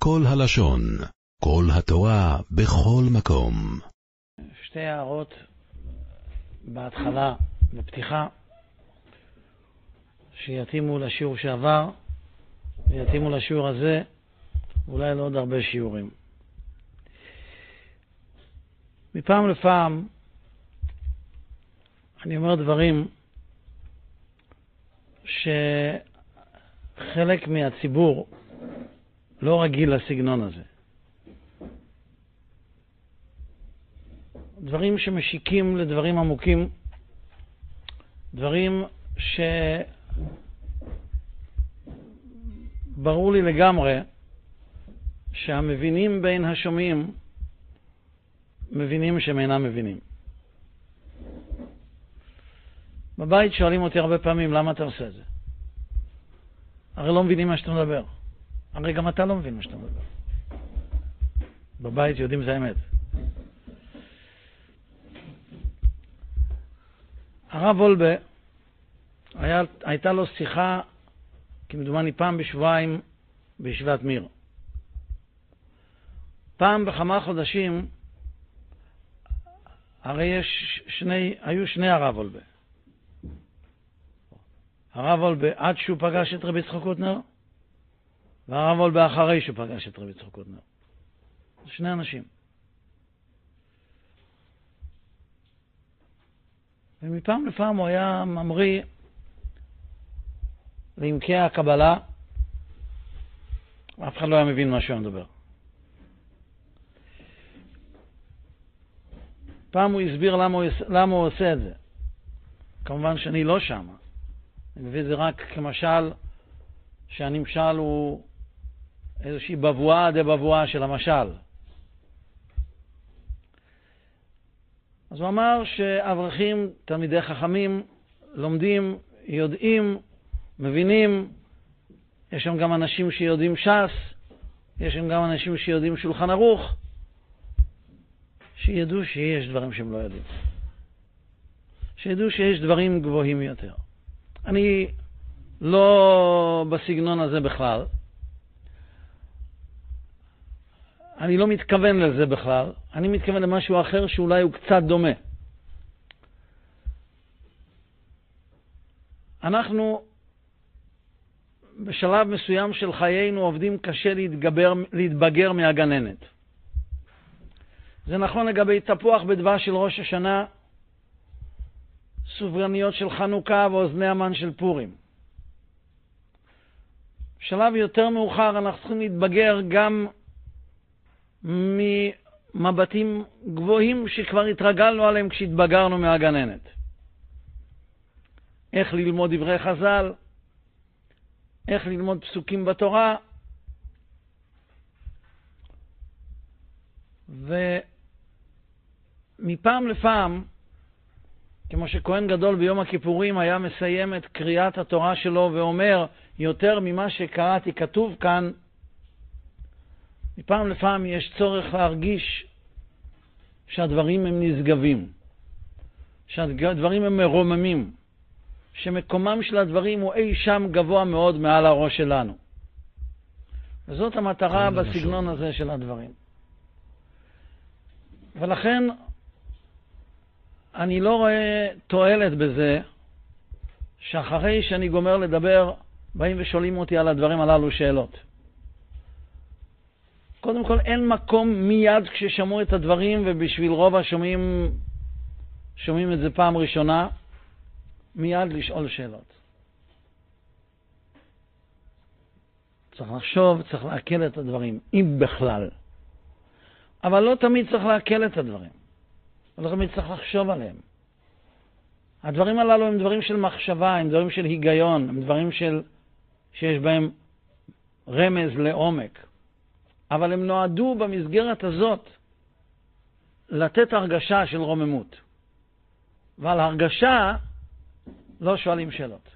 כל הלשון, כל התורה, בכל מקום. שתי הערות בהתחלה, בפתיחה, שיתאימו לשיעור שעבר, ויתאימו לשיעור הזה, ואולי לעוד הרבה שיעורים. מפעם לפעם, אני אומר דברים שחלק מהציבור לא רגיל לסגנון הזה. דברים שמשיקים לדברים עמוקים, דברים שברור לי לגמרי שהמבינים בין השומעים מבינים שהם אינם מבינים. בבית שואלים אותי הרבה פעמים, למה אתה עושה את זה? הרי לא מבינים מה שאתה מדבר. הרי גם אתה לא מבין מה שאתה מדבר. בבית יודעים זה האמת. הרב וולבה, הייתה לו שיחה, כמדומני פעם בשבועיים, בישיבת מיר. פעם בכמה חודשים, הרי היו שני הרב וולבה. הרב וולבה עד שהוא פגש את רבי יצחק קוטנר, והרב וולבה אחרי שהוא פגש את רבי יצחק קוטנר. זה שני אנשים. ומפעם לפעם הוא היה ממריא לעמקי הקבלה, אף אחד לא היה מבין מה שהוא מדבר. פעם הוא הסביר למה הוא עושה את זה. כמובן שאני לא שם. אני מביא את זה רק כמשל, שהנמשל הוא איזושהי בבואה דבבואה של המשל. אז הוא אמר שאברכים, תלמידי חכמים, לומדים, יודעים, מבינים. יש שם גם אנשים שיודעים ש"ס, יש שם גם אנשים שיודעים שולחן ערוך, שידעו שיש דברים שהם לא יודעים. שידעו שיש דברים גבוהים יותר. אני לא בסגנון הזה בכלל. אני לא מתכוון לזה בכלל. אני מתכוון למשהו אחר שאולי הוא קצת דומה. אנחנו בשלב מסוים של חיינו עובדים קשה להתבגר מהגננת. זה נכון לגבי תפוח בדבש של ראש השנה, סופרניות של חנוכה ואוזני המן של פורים. בשלב יותר מאוחר אנחנו צריכים להתבגר גם ממבטים גבוהים שכבר התרגלנו עליהם כשהתבגרנו מהגננת. איך ללמוד דברי חז"ל, איך ללמוד פסוקים בתורה, ומפעם לפעם, כמו שכהן גדול ביום הכיפורים היה מסיים את קריאת התורה שלו ואומר, יותר ממה שקראתי כתוב כאן, מפעם לפעם יש צורך להרגיש שהדברים הם נשגבים, שהדברים הם מרוממים, שמקומם של הדברים הוא אי שם גבוה מאוד מעל הראש שלנו. וזאת המטרה בסגנון הזה של הדברים. ולכן אני לא רואה תועלת בזה שאחרי שאני גומר לדבר באים ושואלים אותי על הדברים הללו שאלות. קודם כל אין מקום מיד כששמעו את הדברים, ובשביל רוב השומעים שומעים את זה פעם ראשונה, מיד לשאול שאלות. צריך לחשוב, צריך להקל את הדברים, אם בכלל. אבל לא תמיד צריך להקל את הדברים. לא תמיד צריך לחשוב עליהם. הדברים הללו הם דברים של מחשבה, הם דברים של היגיון, הם דברים שיש בהם רמז לעומק. אבל הם נועדו במסגרת הזאת לתת הרגשה של רוממות. ועל הרגשה לא שואלים שאלות.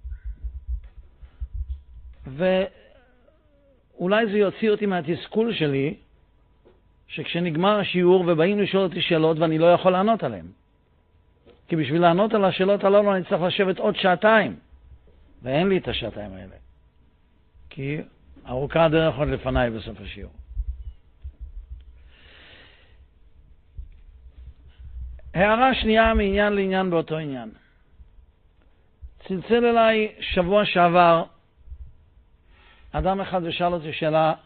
ואולי זה יוציא אותי מהתסכול שלי, שכשנגמר השיעור ובאים לשאול אותי שאלות ואני לא יכול לענות עליהן. כי בשביל לענות על השאלות הללו אני צריך לשבת עוד שעתיים, ואין לי את השעתיים האלה. כי ארוכה הדרך עוד לפניי בסוף השיעור. הערה שנייה מעניין לעניין באותו עניין. צלצל אליי שבוע שעבר אדם אחד ושאל אותי שאלה,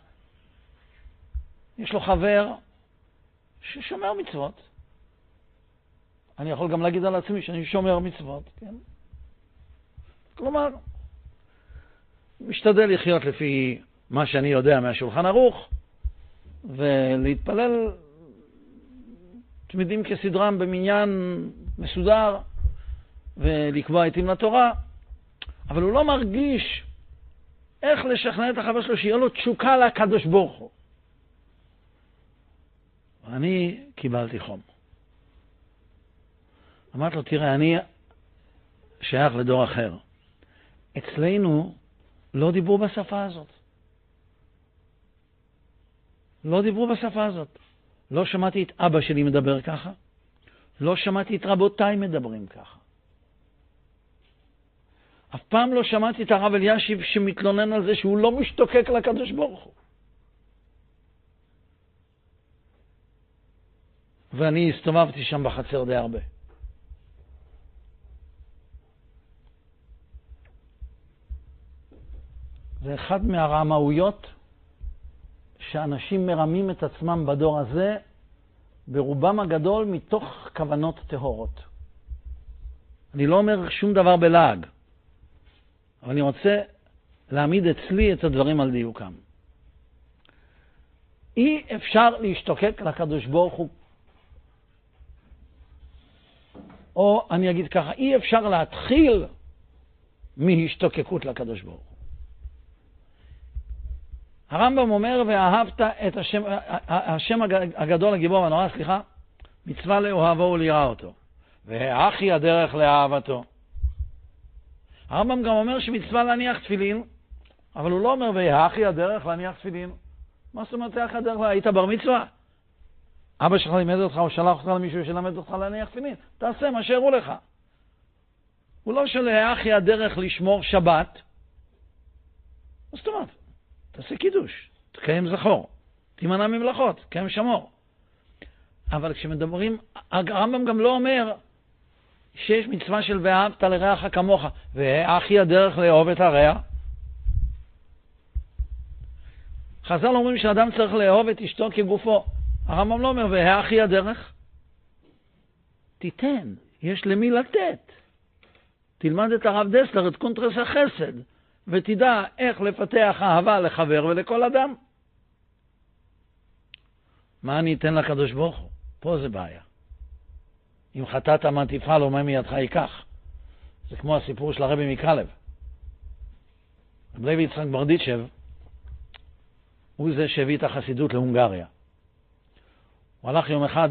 יש לו חבר ששומר מצוות. אני יכול גם להגיד על עצמי שאני שומר מצוות, כן? כלומר, משתדל לחיות לפי מה שאני יודע מהשולחן ערוך, ולהתפלל תמידים כסדרם במניין מסודר, ולקבוע עתים לתורה, אבל הוא לא מרגיש איך לשכנע את החבר שלו שיהיה לו תשוקה לקדוש ברוך הוא. ואני קיבלתי חום. אמרתי לו, תראה, אני שייך לדור אחר. אצלנו לא דיברו בשפה הזאת. לא דיברו בשפה הזאת. לא שמעתי את אבא שלי מדבר ככה. לא שמעתי את רבותיי מדברים ככה. אף פעם לא שמעתי את הרב אלישיב שמתלונן על זה שהוא לא משתוקק לקדוש ברוך הוא. ואני הסתובבתי שם בחצר די הרבה. זה אחד מהרמאויות שאנשים מרמים את עצמם בדור הזה, ברובם הגדול מתוך כוונות טהורות. אני לא אומר שום דבר בלעג, אבל אני רוצה להעמיד אצלי את הדברים על דיוקם. אי אפשר להשתוקק לקדוש ברוך הוא, או אני אגיד ככה, אי אפשר להתחיל מהשתוקקות לקדוש ברוך הוא. הרמב"ם אומר, ואהבת את השם הגדול הגיבור והנורא, מצווה לאוהבו וליראה אותו, והאחי הדרך לאהבתו. הרמב"ם גם אומר שמצווה להניח תפילין, אבל הוא לא אומר, והאחי הדרך להניח תפילין. מה זאת אומרת, האחי הדרך, היית בר מצווה? אבא שלך לימד אותך או שלח אותך למישהו שלמד אותך להניח תפילין, תעשה מה שהראו לך. הוא לא שלאחי הדרך לשמור שבת. מה זאת אומרת? תעשה קידוש, תקיים זכור, תימנע ממלאכות, תקיים שמור. אבל כשמדברים, הרמב"ם גם לא אומר שיש מצווה של ואהבת לרעך כמוך, והאחי הדרך לאהוב את הרע. חז"ל אומרים שאדם צריך לאהוב את אשתו כגופו. הרמב"ם לא אומר, והאחי הדרך. תיתן, יש למי לתת. תלמד את הרב דסלר, את קונטרס החסד, ותדע איך לפתח אהבה לחבר ולכל אדם. מה אני אתן לקדוש ברוך הוא? פה זה בעיה. אם חטאת מה תפעל ומה מידך ייקח. זה כמו הסיפור של הרבי מקלב. רב לוי יצחק ברדיצ'ב הוא זה שהביא את החסידות להונגריה. הוא הלך יום אחד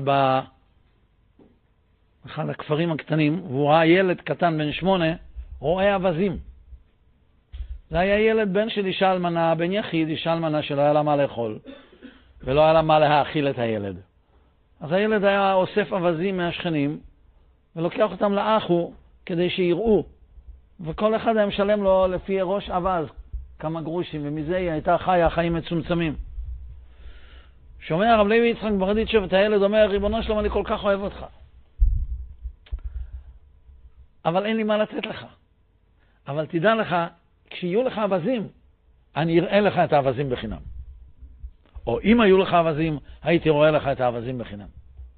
באחד הכפרים הקטנים, והוא ראה ילד קטן בן 8 רואה אבזים. זה היה ילד בן של אישה אלמנה, בן יחיד, אישה אלמנה שלא היה לה מה לאכול, ולא היה לה מה להאכיל את הילד. אז הילד היה אוסף אבזים מהשכנים, ולוקח אותם לאחו כדי שיראו, וכל אחד היה משלם לו לפי ראש אבז כמה גרושים, ומזה היא הייתה חיה חיים מצומצמים. שומע הרב לוי יצחק ברדיצ'ב את הילד אומר, ריבונו שלום, אני כל כך אוהב אותך, אבל אין לי מה לתת לך. אבל תדע לך, כשיהיו לך אבזים, אני אראה לך את האבזים בחינם. או אם היו לך אבזים, הייתי רואה לך את האבזים בחינם.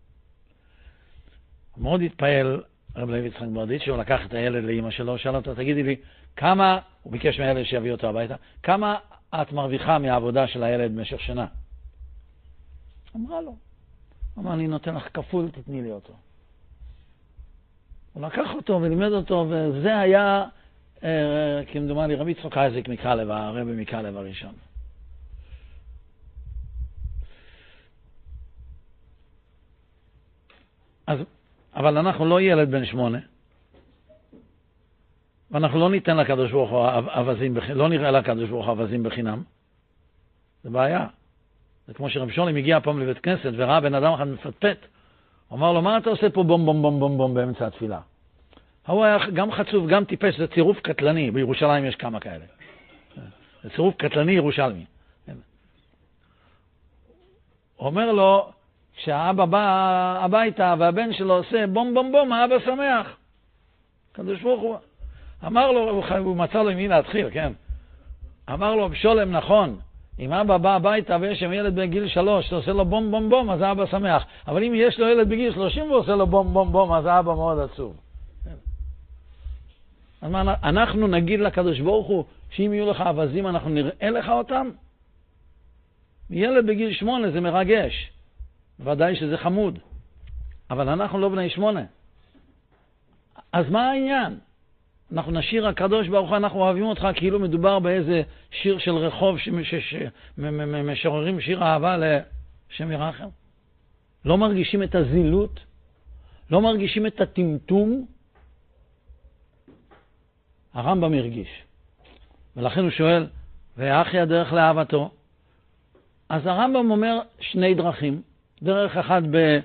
מאוד התפעל רב לוי יצחק ברדיצ'ב, שהוא לקח את הילד לאמא שלו, שאל אותה, תגידי לי, כמה, הוא ביקש מהילד שיביא אותו הביתה, כמה את מרוויחה מהעבודה של הילד במשך שנה? אמרה לו. אמר, אני נותן לך כפול, תתני לי אותו. הוא לקח אותו ולימד אותו, וזה היה, כמדומה לי, רבי יצחק אייזק מקלב, הרבי מקלב הראשון. אבל אנחנו לא ילד בן 8, ואנחנו לא ניתן לקדוש ברוך הוא אבזים, לא נראה לקדוש ברוך הוא אבזים בחינם. זה בעיה. זה כמו שרב שולם הגיע פעם לבית כנסת וראה בן אדם אחד מפטפט. הוא אמר לו, מה אתה עושה פה בום בום בום בום בום באמצע התפילה? הוא היה גם חצוף, גם טיפש, זה צירוף קטלני, בירושלים יש כמה כאלה. זה צירוף קטלני ירושלמי. אומר לו, כשהאבא בא הביתה והבן שלו עושה בום בום בום, האבא שמח. הקדוש ברוך הוא אמר לו, הוא מצא לו עם מי להתחיל, כן? אמר לו, בשולם, נכון, אם אבא בא הביתה ויש שם ילד בגיל 3, אתה עושה לו בום בום בום, אז האבא שמח. אבל אם יש לו ילד בגיל 30 ועושה לו בום בום בום, אז האבא מאוד עצוב. אז מה, אנחנו נגיד לקדוש ברוך הוא, שאם יהיו לך אבזים, אנחנו נראה לך אותם? ילד בגיל 8 זה מרגש. ודאי שזה חמוד. אבל אנחנו לא בני 8. אז מה העניין? אנחנו נשיר הקדוש ברוך הוא, אנחנו אוהבים אותך, כאילו מדובר באיזה שיר של רחוב שמשוררים שיר אהבה לשם ירחם. לא מרגישים את הזילות, לא מרגישים את הטמטום. הרמב"ם הרגיש. ולכן הוא שואל, ואחי הדרך לאהבתו? אז הרמב"ם אומר שני דרכים. דרך אחת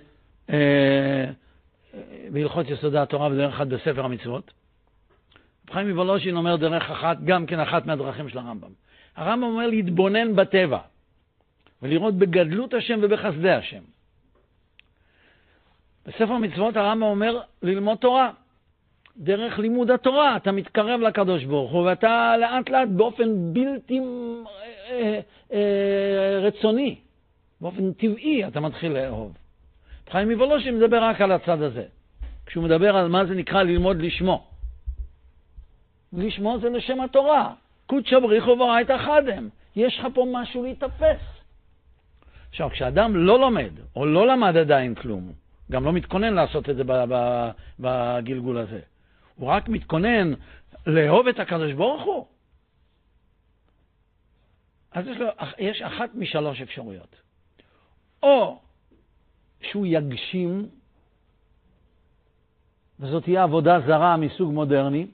בהלכות יסודי התורה ודרך אחת בספר המצוות. חיים מוולוז'ין אומר דרך אחת, גם כן אחת מהדרכים של הרמב"ם. הרמב"ם אומר להתבונן בטבע ולראות בגדלות השם ובחסדי השם. בספר המצוות הרמב"ם אומר ללמוד תורה. דרך לימוד התורה אתה מתקרב לקדוש ברוך הוא, ואתה לאט לאט באופן בלתי רצוני, באופן טבעי אתה מתחיל לאהוב. חיים מוולוז'ין מדבר רק על הצד הזה. כשהוא מדבר על מה זה נקרא ללמוד לשמו. לשמו זה לשם התורה. קודשא בריך הוא ברייתא חדם. יש לך פה משהו להתאפס. עכשיו, כשאדם לא לומד, או לא למד עדיין כלום, גם לא מתכונן לעשות את זה בגלגול הזה. הוא רק מתכונן לאהוב את הקדוש ברוך הוא. אז יש אחת משלוש אפשרויות. או שהוא יגשים, וזאת תהיה עבודה זרה מסוג מודרני,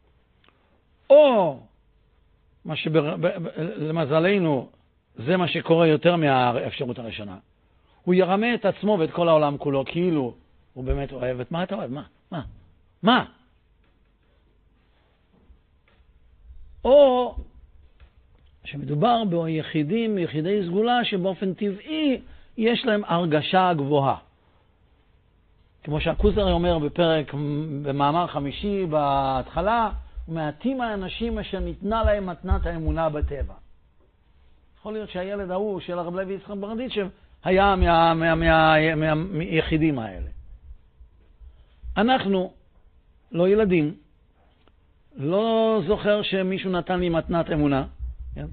או מה שלמזלנו זה מה שקורה יותר מהאפשרות הראשונה. הוא ירמה את עצמו ואת כל העולם כולו, כאילו הוא באמת אוהב את מה אתה אוהב? מה? או שמדובר ביחידים, יחידי סגולה, שבאופן טבעי יש להם הרגשה גבוהה. כמו שהכוזרי אומר בפרק, במאמר 5 בהתחלה, מעטים האנשים אשר ניתנה להם מתנת האמונה בטבע. יכול להיות שהילד ההוא של הרב לוי יצחק ברדיצ'ב היה מהיחידים האלה. אנחנו לא ילדים, לא זוכר שמישהו נתן לי מתנת אמונה, כן?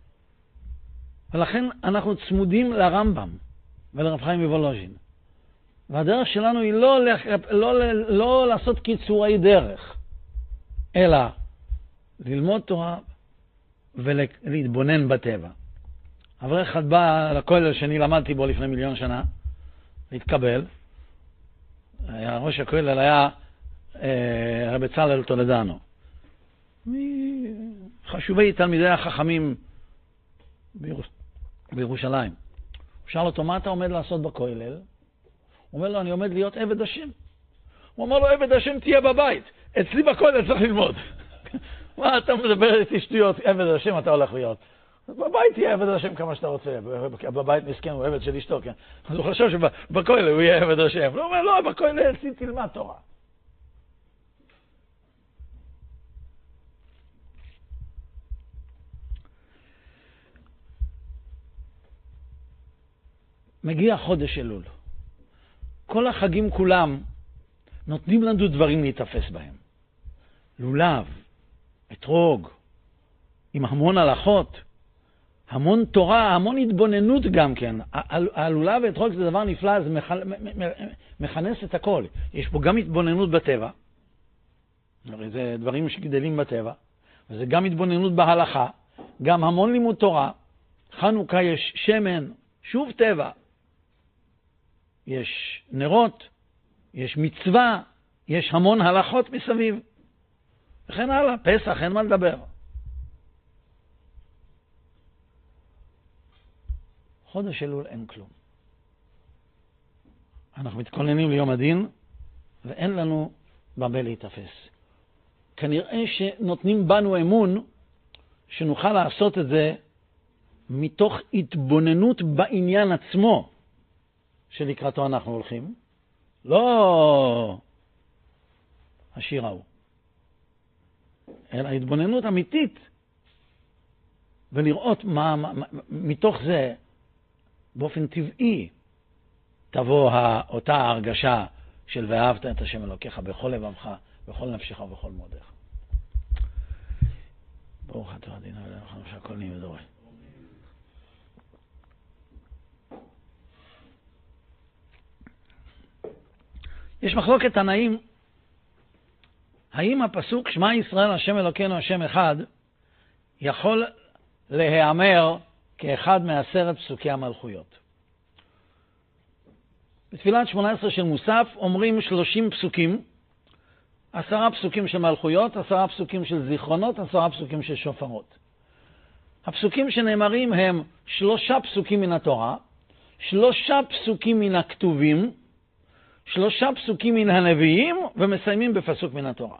ולכן אנחנו צמודים לרמב"ם ולרב חיים מוולוז'ין. והדרך שלנו היא לא לעשות קיצורי דרך, אלא ללמוד תורה ולהתבונן בטבע. אבל אחד בא לכולל שאני למדתי בו לפני 1,000,000 שנה, להתקבל. ראש הכולל היה רב בצלאל טולדנו. חשובי תלמידי החכמים בירושלים. הוא שאל אותו, מה אתה עומד לעשות בכולל? הוא אומר לו, אני עומד להיות עבד השם. הוא אומר לו, עבד השם תהיה בבית. אצלי בכולל צריך ללמוד. מה אתה מדבר איתי שטויות, עבד השם אתה הולך להיות. בבית תהיה עבד השם כמה שאתה רוצה. בבית מסכן הוא עבד של אשתו, כן. אז הוא חושב שבכולל הוא יהיה עבד השם. הוא אומר, לא, בכולל אצלי תלמד תורה. מגיע חודש אלול. כל החגים כולם נותנים לנו דברים להתאפס בהם. לולב, אתרוג, עם המון הלכות, המון תורה, המון התבוננות גם כן. הלולב ואתרוג זה דבר נפלא, זה מכנס את הכל. יש פה גם התבוננות בטבע, הרי זה דברים שגדלים בטבע, וזה גם התבוננות בהלכה, גם המון לימוד תורה. חנוכה יש שמן, שוב טבע. יש נרות, יש מצווה, יש המון הלכות מסביב. וכן הלאה, פסח, אין מה לדבר. חודש אלול אין כלום. אנחנו מתכוננים ליום הדין, ואין לנו במה להתאפס. כנראה שנותנים בנו אמון שנוכל לעשות את זה מתוך התבוננות בעניין עצמו שלקראתו אנחנו הולכים, לא השיר ההוא, אלא התבוננות אמיתית, ולראות מתוך זה באופן טבעי תבוא אותה הרגשה של ואהבת את השם אלוקיך בכל לבבך, בכל נפשך ובכל מאודיך. ברוך אתה אדינו אלוהינו שהכל נהיה בדורי. יש מחלוקת תנאים, האם הפסוק שמע ישראל השם אלוקינו השם אחד יכול להיאמר כאחד מ10 פסוקי המלכויות. בתפילת 18 של מוסף אומרים 30 פסוקים, 10 פסוקים של מלכויות, 10 פסוקים של זיכרונות, 10 פסוקים של שופרות. הפסוקים שנאמרים הם 3 פסוקים מן התורה, 3 פסוקים מן הכתובים, 3 פסוקים מן הנביאים, ומסיימים בפסוק מן התורה.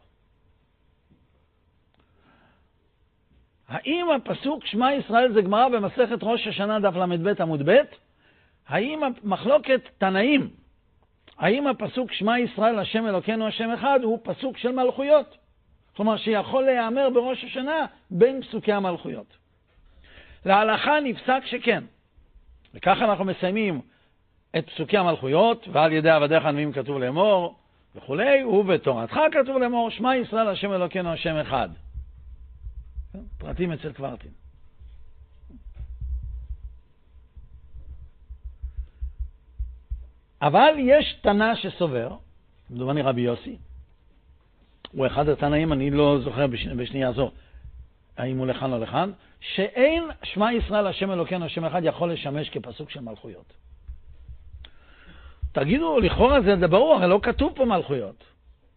האם הפסוק שמע ישראל זה גמרא במסכת ראש השנה דף ל"ב עמוד ב', האם מחלוקת תנאים, האם הפסוק שמע ישראל השם אלוקינו השם אחד הוא פסוק של מלכויות? כלומר שיכול להיאמר בראש השנה בין פסוקי המלכויות. להלכה נפסק שכן. וככה אנחנו מסיימים את פסוקי המלכויות, ועל ידי עבדיך הנביאים כתוב לאמור וכולי, ובתורתך כתוב לאמור שמע ישראל השם אלוקינו השם אחד. פרטים אצל קוורטין. אבל יש תנא שסובר, מדומני רבי יוסי, הוא אחד התנאים, אני לא זוכר בשנייה זו, האם הוא לכאן או לכאן, שאין שמע ישראל השם אלוקינו השם אחד יכול לשמש כפסוק של מלכויות. תגידו, לכאורה זה ברור, הרי לא כתוב פה מלכויות.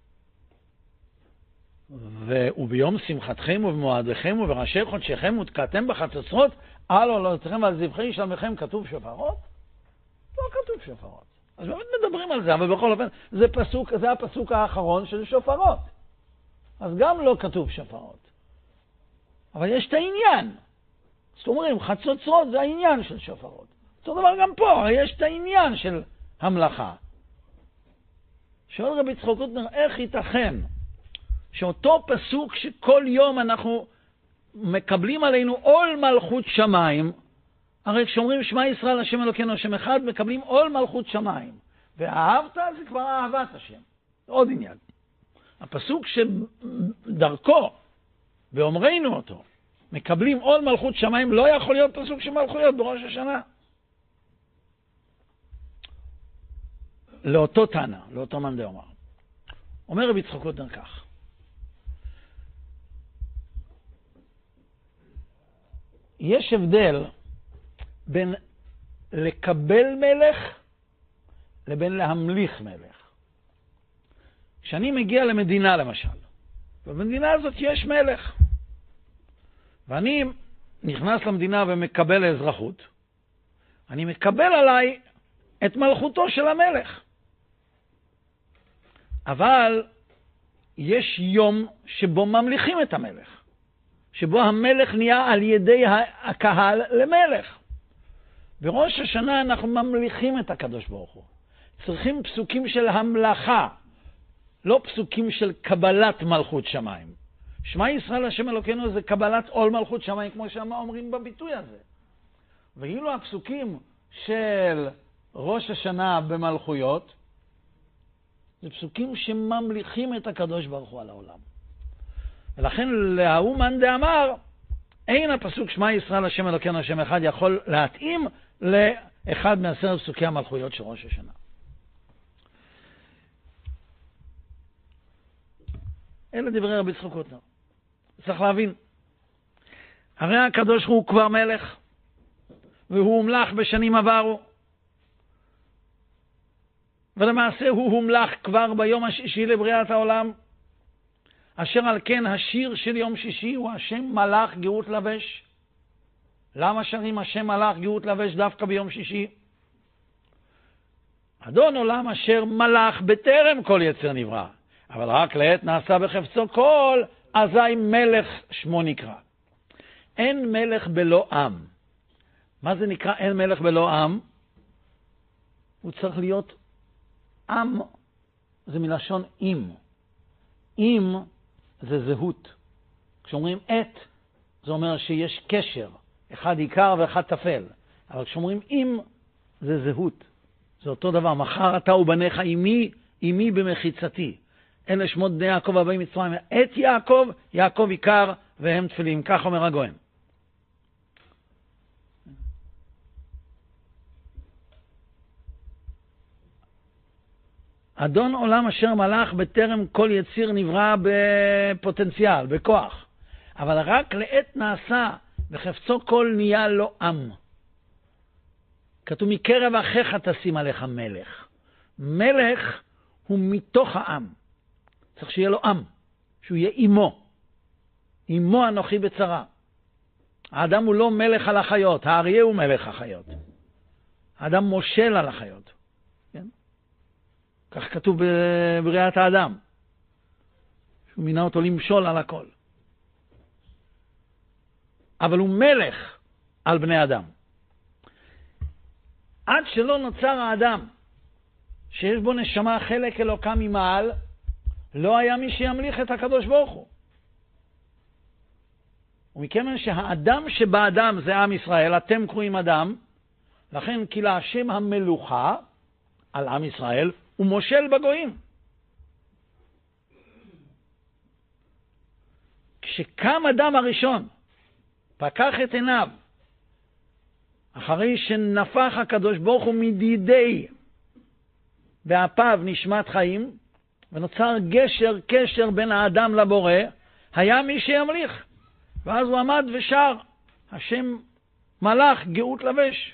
וביום שמחתכם ובמועדיכם ובראשי חודשיכם ותקעתם בחצוצרות על עולותיכם ועל זבחי שלמיכם כתוב שופרות? לא כתוב שופרות. אז באמת מדברים על זה, אבל בכל אופן זה הפסוק האחרון של שופרות. אז גם לא כתוב שופרות. אבל יש את העניין. זאת אומרת, חצוצרות זה העניין של שופרות. אותו דבר גם פה, יש את העניין של המלאכה. שואל רבי יצחק קוטנר, איך ייתכן שאותו פסוק שכל יום אנחנו מקבלים עלינו עול מלכות שמיים, הרי כשאומרים שמע ישראל השם אלוקינו השם אחד, מקבלים עול מלכות שמיים. ואהבת זה כבר אהבת השם. זה עוד עניין. הפסוק שדרכו, ואומרנו אותו, מקבלים עול מלכות שמיים, לא יכול להיות פסוק של מלכויות בראש השנה. לאותו תנא, לאותו מאן דאמר. אומר רבי יצחק קוטנר כך, יש הבדל בין לקבל מלך לבין להמליך מלך. כשאני מגיע למדינה למשל, ובמדינה הזאת יש מלך, ואני נכנס למדינה ומקבל אזרחות, אני מקבל עליי את מלכותו של המלך. אבל יש יום שבו ממליכים את המלך, שבו המלך נהיה על ידי הקהל למלך. בראש השנה אנחנו ממליכים את הקדוש ברוך הוא. צריכים פסוקים של המלאכה, לא פסוקים של קבלת מלכות שמיים. שמע ישראל השם אלוקינו זה קבלת עול מלכות שמיים, כמו שאומרים בביטוי הזה. ואילו הפסוקים של ראש השנה במלכויות, זה פסוקים שממליכים את הקדוש ברוך הוא על העולם. ולכן להוא מאן דאמר, אין הפסוק שמע ישראל השם אלוקינו השם אחד יכול להתאים לאחד מ10 פסוקי המלכויות של ראש השנה. אלה דברי רבי יצחק קוטנר. צריך להבין, הרי הקדוש הוא כבר מלך, והוא הומלך בשנים עברו, ולמעשה הוא הומלך כבר ביום השישי לבריאת העולם, אשר על כן השיר של יום שישי הוא השם מלך גאות לבש. למה שרים השם מלך גאות לבש דווקא ביום שישי? אדון עולם אשר מלך בטרם כל יצר נברא, אבל רק לעת נעשה בחפצו כל, אזי מלך שמו נקרא. אין מלך בלא עם. מה זה נקרא אין מלך בלא עם? הוא צריך להיות עם, זה מלשון עם. עם זה זהות. כשאומרים את, זה אומר שיש קשר, אחד עיקר ואחד תפל. אבל כשאומרים עם, זה זהות. זה אותו דבר, מחר אתה ובניך עמי במחיצתי. אלה שמות בני יעקב הבאים מצרים. את יעקב, יעקב עיקר והם תפלים. כך אומר הגויים. אדון עולם אשר מלך בטרם כל יציר נברא בפוטנציאל, בכוח. אבל רק לעת נעשה וחפצו כל נהיה לו עם. כתוב מקרב אחיך תשים עליך מלך. מלך הוא מתוך העם. צריך שיהיה לו עם, שהוא יהיה אימו. אימו אנוכי בצרה. האדם הוא לא מלך על החיות, האריה הוא מלך החיות. האדם מושל על החיות. כן? כך כתוב בבריאת האדם. שהוא מינה אותו למשול על הכל. אבל הוא מלך על בני אדם. עד שלא נוצר האדם, שיש בו נשמה חלק אלוקה ממעל, לא היה מי שימליך את הקדוש ברוך הוא. ומכיוון שהאדם שבאדם זה עם ישראל, אתם קרואים אדם, לכן כי להשם המלוכה על עם ישראל, הוא מושל בגויים. כשקם אדם הראשון, פקח את עיניו, אחרי שנפח הקדוש ברוך הוא מדידי באפיו נשמת חיים, ונוצר קשר בין האדם לבורא, היה מי שימליך. ואז הוא עמד ושר, השם מלך גאות לבש.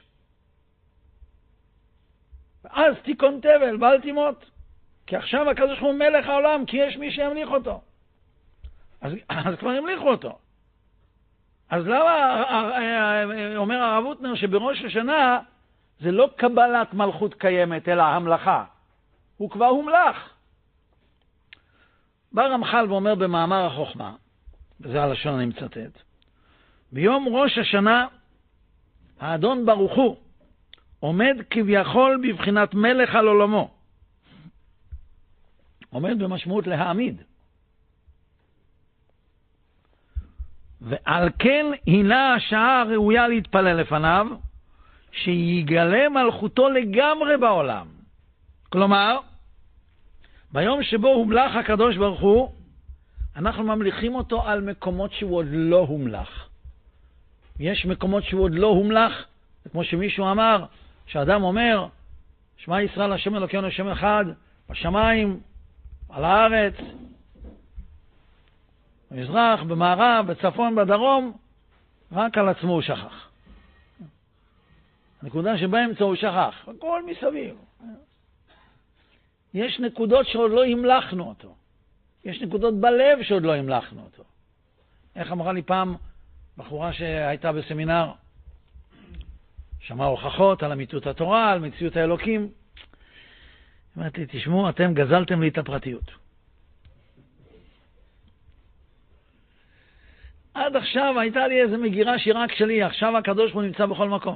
ואז תיקון תבל, ואל תימות. כי עכשיו הקדוש ברוך הוא מלך העולם, כי יש מי שימליך אותו. אז כבר המליכו אותו. אז למה אומר הרב אוטנר שבראש השנה זה לא קבלת מלכות קיימת, אלא המלכה. הוא כבר הומלך. בא רמח"ל ואומר במאמר החוכמה, וזה הלשון אני מצטט, ביום ראש השנה האדון ברוך הוא עומד כביכול בבחינת מלך על עולמו. עומד במשמעות להעמיד. ועל כן הינה השעה הראויה להתפלל לפניו, שיגלה מלכותו לגמרי בעולם. כלומר, ביום שבו הומלך הקדוש ברוך הוא, אנחנו ממליכים אותו על מקומות שהוא עוד לא הומלך. יש מקומות שהוא עוד לא הומלך, כמו שמישהו אמר, שאדם אומר, שמע ישראל השם אלוקינו השם אחד, בשמיים, על הארץ, במזרח, במערב, בצפון, בדרום, רק על עצמו הוא שכח. הנקודה שבאמצע הוא שכח, הכל מסביב. יש נקודות שעוד לא המלכנו אותו. יש נקודות בלב שעוד לא המלכנו אותו. איך אמרה לי פעם בחורה שהייתה בסמינר, שמעה הוכחות על אמיתות התורה, על מציאות האלוקים. אמרתי לי, תשמעו, אתם גזלתם לי את הפרטיות. עד עכשיו הייתה לי איזו מגירה שהיא רק שלי, עכשיו הקדוש ברוך הוא נמצא בכל מקום.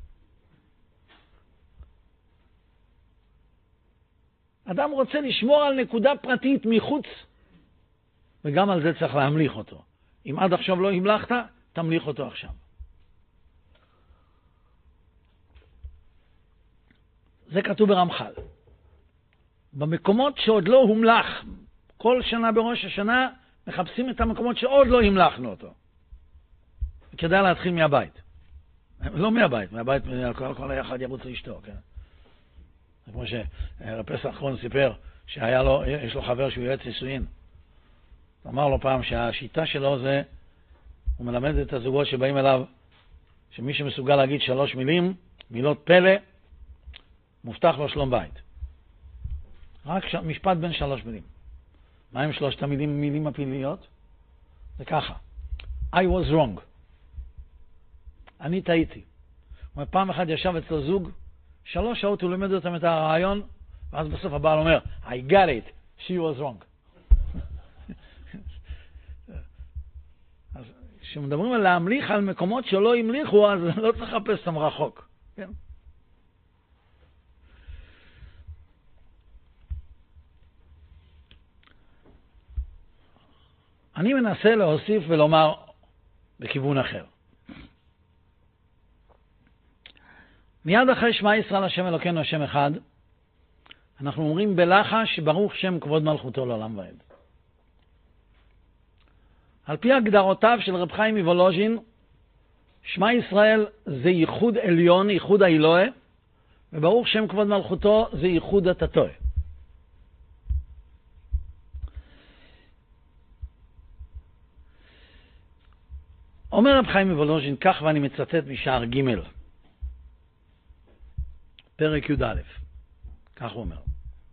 אדם רוצה לשמור על נקודה פרטית מחוץ, וגם על זה צריך להמליך אותו. אם עד עכשיו לא המלכת, תמליך אותו עכשיו. זה כתוב ברמח"ל. במקומות שעוד לא הומלך, כל שנה בראש השנה מחפשים את המקומות שעוד לא המלכנו אותו. כדאי להתחיל מהבית. לא מהבית, כל אחד ירוץ לאשתו, כן? כמו שפסח אחרון סיפר שיש לו חבר שהוא יועץ נישואין. אמר לו פעם שהשיטה שלו זה, הוא מלמד את הזוגות שבאים אליו, שמי שמסוגל להגיד 3 מילים, מילות פלא, מובטח לו שלום בית. רק משפט בין 3 מילים. מה עם 3 המילים הפליליות? זה ככה. I was wrong. אני טעיתי. פעם אחת ישב אצלו זוג, 3 שעות הוא לימד אותם את הרעיון, ואז בסוף הבעל אומר, I got it, she was wrong. אז כשמדברים על להמליך על מקומות שלא המליכו, אז לא צריך לחפש אותם רחוק. כן? אני מנסה להוסיף ולומר בכיוון אחר. מיד אחרי שמע ישראל השם אלוקינו השם אחד, אנחנו אומרים בלחש ברוך שם כבוד מלכותו לעולם ועד. על פי הגדרותיו של רב חיים מוולוז'ין, שמע ישראל זה ייחוד עליון, ייחוד האלוהי, וברוך שם כבוד מלכותו זה ייחוד התתוי. אומר רב חיים מוולוז'ין כך, ואני מצטט משער ג' פרק י"א, כך הוא אומר.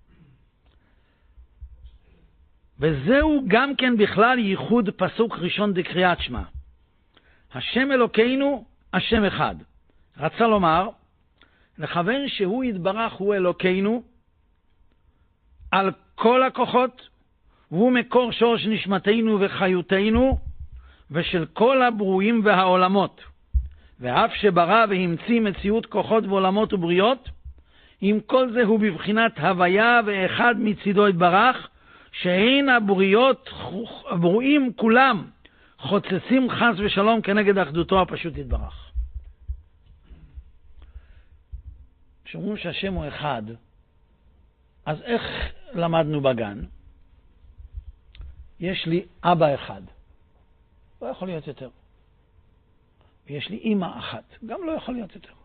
וזהו גם כן בכלל ייחוד פסוק ראשון דקריאת שמע. השם אלוקינו, השם אחד. רצה לומר, לכוון שהוא יתברך הוא אלוקינו על כל הכוחות, והוא מקור שורש נשמתנו וחיותנו, ושל כל הברואים והעולמות. ואף שברא והמציא מציאות כוחות ועולמות ובריות, עם כל זה הוא בבחינת הוויה ואחד מצידו יתברך, שאין הברואים כולם חוצצים חס ושלום כנגד אחדותו הפשוט יתברך. כשאומרים שהשם הוא אחד, אז איך למדנו בגן? יש לי אבא אחד, לא יכול להיות יותר. ויש לי אמא אחת, גם לא יכול להיות יותר.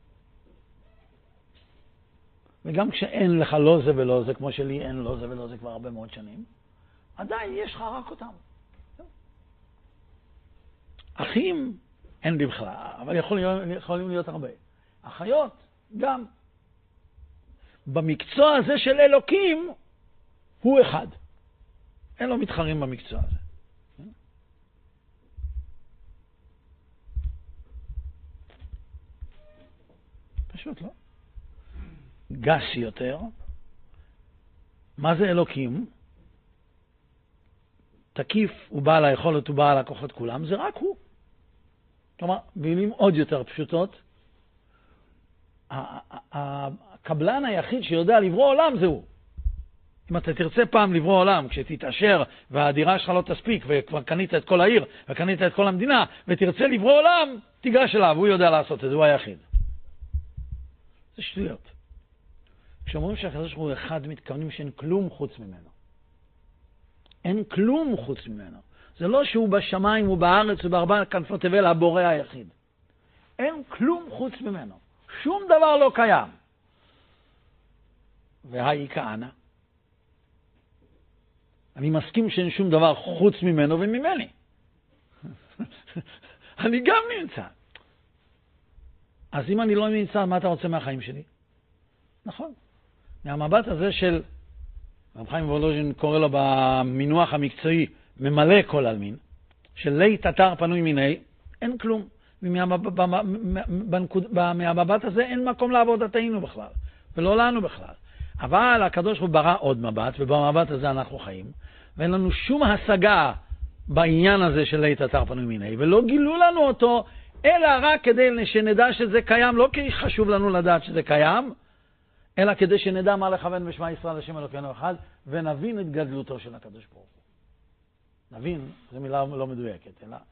וגם כשאין לך לא זה ולא זה, כמו שלי אין לא זה ולא זה כבר הרבה מאוד שנים, עדיין יש לך רק אותם. אחים אין לי בכלל, אבל יכולים להיות הרבה. אחיות גם. במקצוע הזה של אלוקים הוא אחד. אין לו מתחרים במקצוע הזה. פשוט לא. גס יותר. מה זה אלוקים? תקיף הוא בעל היכולת, הוא בעל הכוחות כולם, זה רק הוא. כלומר, במילים עוד יותר פשוטות, הקבלן היחיד שיודע לברוא עולם זה הוא. אם אתה תרצה פעם לברוא עולם, כשתתעשר והדירה שלך לא תספיק, וכבר קנית את כל העיר, וקנית את כל המדינה, ותרצה לברוא עולם, תיגש אליו, הוא יודע לעשות את זה, הוא היחיד. זה שטויות. כשאומרים שהקדוש ברוך הוא אחד, מתכוונים שאין כלום חוץ ממנו. אין כלום חוץ ממנו. זה לא שהוא בשמיים ובארץ ובארבע כנפי תבל הבורא היחיד. אין כלום חוץ ממנו. שום דבר לא קיים. והי כהנה. אני מסכים שאין שום דבר חוץ ממנו וממני. אני גם נמצא. אז אם אני לא נמצא, מה אתה רוצה מהחיים שלי? נכון. מהמבט הזה של, רב חיים וולוז'ין קורא לו במינוח המקצועי, ממלא כל אלמין, של לית אתר פנוי מיני, אין כלום. מהמבט הזה אין מקום לעבודתנו בכלל, ולא לנו בכלל. אבל הקדוש הוא ברא עוד מבט, ובמבט הזה אנחנו חיים, ואין לנו שום השגה בעניין הזה של לית אתר פנוי מיני, ולא גילו לנו אותו, אלא רק כדי שנדע שזה קיים, לא כי חשוב לנו לדעת שזה קיים, אלא כדי שנדע מה לכוון בשמע ישראל השם אלוקינו אחד, ונבין את גדלותו של הקדוש ברוך הוא. נבין, זו מילה לא מדויקת, אלא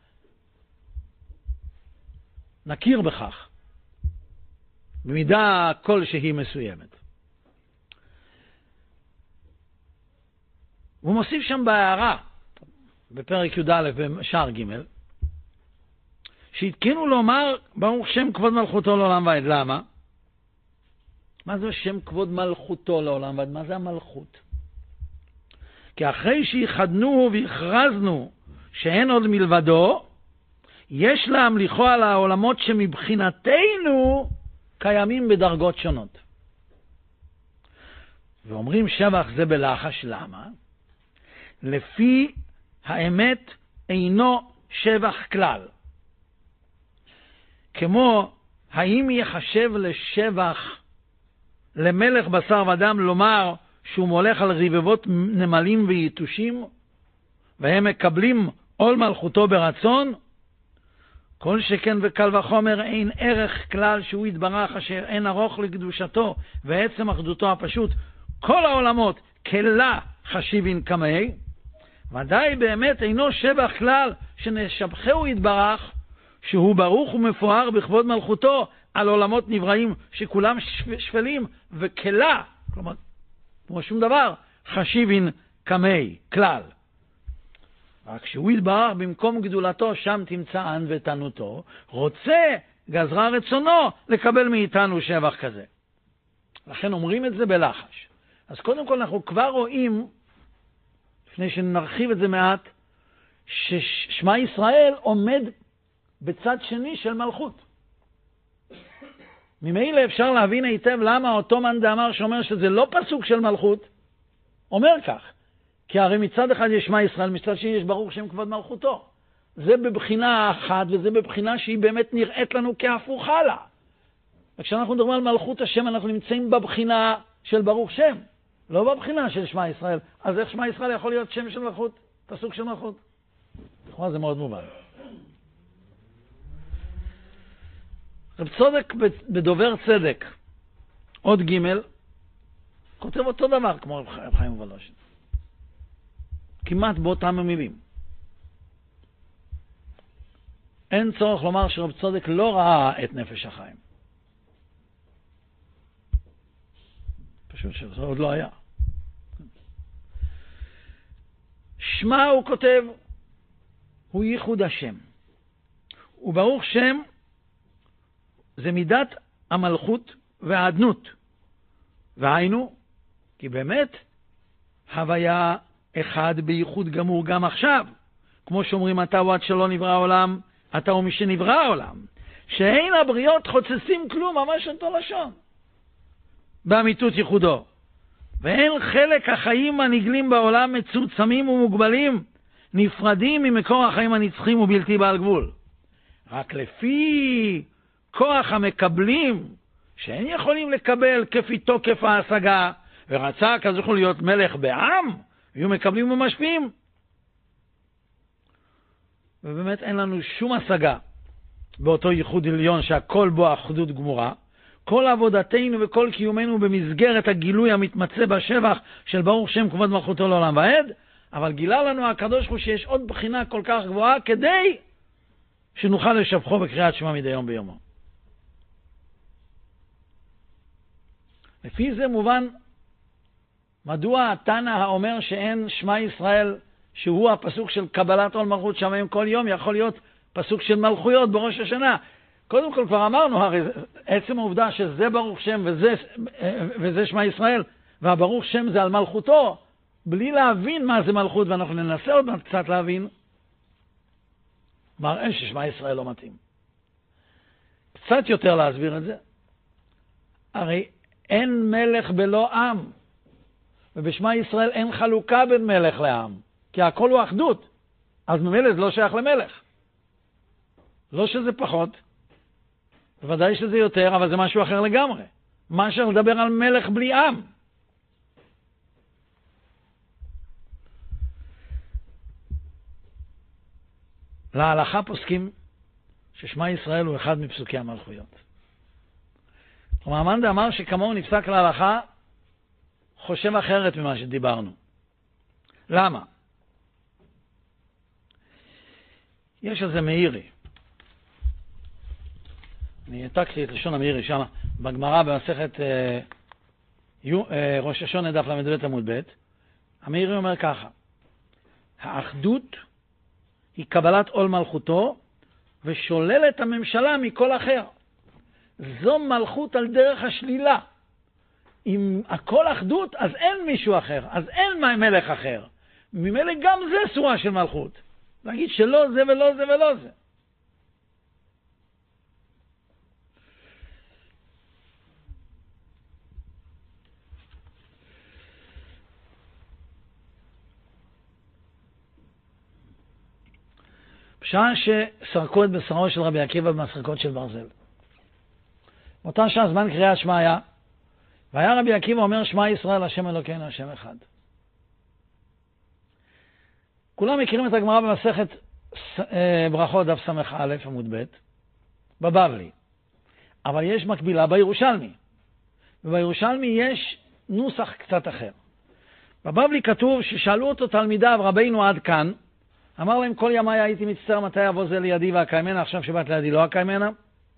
נכיר בכך, במידה כלשהי מסוימת. הוא מוסיף שם בהערה, בפרק י"א בשער ג', שהתקינו לומר ברוך שם כבוד מלכותו לעולם ועד. למה? מה זה שם כבוד מלכותו לעולם ועד? מה זה המלכות? כי אחרי שהיחדנו והכרזנו שאין עוד מלבדו, יש להמליכו על העולמות שמבחינתנו קיימים בדרגות שונות. ואומרים שבח זה בלחש. למה? לפי האמת אינו שבח כלל. כמו האם יחשב לשבח למלך בשר ודם לומר שהוא מולך על רבבות נמלים ויתושים והם מקבלים עול מלכותו ברצון, כל שכן וקל וחומר אין ערך כלל שהוא יתברך אשר אין ארוך לקדושתו ועצם אחדותו הפשוט. כל העולמות כלה חשיבין כמי, ודאי באמת אינו שבח כלל שנשבחהו יתברך, שהוא ברוך ומפואר בכבוד מלכותו על עולמות נבראים שכולם שפלים וכלה, כלומר, כמו שום דבר, חשיבין כמי, כלל. רק שהוא יתברך במקום גדולתו שם תמצא ענוותנותו, רוצה גזרה רצונו לקבל מאיתנו שבח כזה. לכן אומרים את זה בלחש. אז קודם כל אנחנו כבר רואים, לפני שנרחיב את זה מעט, ששמה ישראל עומד בצד שני של מלכות. ממילא אפשר להבין היטב למה אותו מאן דאמר שאומר שזה לא פסוק של מלכות, אומר כך. כי הרי מצד אחד יש שמה ישראל, מצד שני יש ברוך שם כבוד מלכותו. זה בבחינה אחת, וזה בבחינה שהיא באמת נראית לנו כהפוכה לה. וכשאנחנו מדברים על מלכות השם, אנחנו נמצאים בבחינה של ברוך שם, לא בבחינה של שמה ישראל. אז איך שמה ישראל יכול להיות שם של מלכות, פסוק של מלכות? לכאורה זה מאוד מובן. רב צודק בדובר צדק, עוד ג' כותב אותו דבר כמו רב חיים וולוז'ין. כמעט באותם המילים. אין צורך לומר שרב צודק לא ראה את נפש החיים. פשוט שזה עוד לא היה. שמה הוא כותב, הוא ייחוד השם. וברוך שם זה מידת המלכות והעדנות. והיינו, כי באמת הוויה אחד בייחוד גמור גם עכשיו, כמו שאומרים אתה הוא עד שלא נברא העולם, אתה הוא מי שנברא העולם, שאין הבריות חוצצים כלום, ממש אותו לשון, באמיתות ייחודו, ואין חלק החיים הנגלים בעולם מצומצמים ומוגבלים, נפרדים ממקור החיים הנצחים ובלתי בעל גבול, רק לפי כוח המקבלים, שאין יכולים לקבל כפי תוקף ההשגה, ורצה כזכו להיות מלך בעם, יהיו מקבלים ומשפיעים. ובאמת אין לנו שום השגה באותו ייחוד עליון שהכל בו אחדות גמורה. כל עבודתנו וכל קיומנו במסגרת הגילוי המתמצא בשבח של ברוך שם כבוד מלכותו לעולם ועד, אבל גילה לנו הקדוש הוא שיש עוד בחינה כל כך גבוהה כדי שנוכל לשבחו בקריאת שמע מדי יום ביומו. לפי זה מובן מדוע התנא האומר שאין שמה ישראל, שהוא הפסוק של קבלת עול מלכות שמיים כל יום, יכול להיות פסוק של מלכויות בראש השנה. קודם כל כבר אמרנו, הרי עצם העובדה שזה ברוך שם וזה שמה ישראל, והברוך שם זה על מלכותו, בלי להבין מה זה מלכות, ואנחנו ננסה עוד קצת להבין, מראה ששמה ישראל לא מתאים. קצת יותר להסביר את זה. הרי אין מלך בלא עם, ובשמה ישראל אין חלוקה בין מלך לעם, כי הכל הוא אחדות, אז ממילא זה לא שייך למלך. לא שזה פחות, בוודאי שזה יותר, אבל זה משהו אחר לגמרי. מאשר לדבר על מלך בלי עם. להלכה פוסקים ששמה ישראל הוא אחד מפסוקי המלכויות. כלומר, מאן דאמר שכמוהו נפסק להלכה, חושב אחרת ממה שדיברנו. למה? יש איזה מאירי. אני העתקתי את לשון המאירי שם, בגמרא במסכת ראש השונה דף ל"ב עמוד ב'. המאירי אומר ככה: האחדות היא קבלת עול מלכותו ושוללת הממשלה מכל אחר. זו מלכות על דרך השלילה. אם הכל אחדות, אז אין מישהו אחר, אז אין מלך אחר. ממילא גם זה סורה של מלכות. להגיד שלא זה ולא זה ולא זה. בשעה שסרקו את בשרו של רבי עקיבא במסרקות של ברזל. באותה שעה זמן קריאת שמע היה, והיה רבי עקיבא אומר שמע ישראל השם אלוקינו השם אחד. כולם מכירים את הגמרא במסכת ברכות דף ס"א עמוד ב' בבבלי. אבל יש מקבילה בירושלמי. ובירושלמי יש נוסח קצת אחר. בבבלי כתוב ששאלו אותו תלמידיו, רבינו עד כאן, אמר להם, כל ימי הייתי מצטער מתי יבוא זה לידי והקיימנה, עכשיו שבאת לידי לא הקיימנה.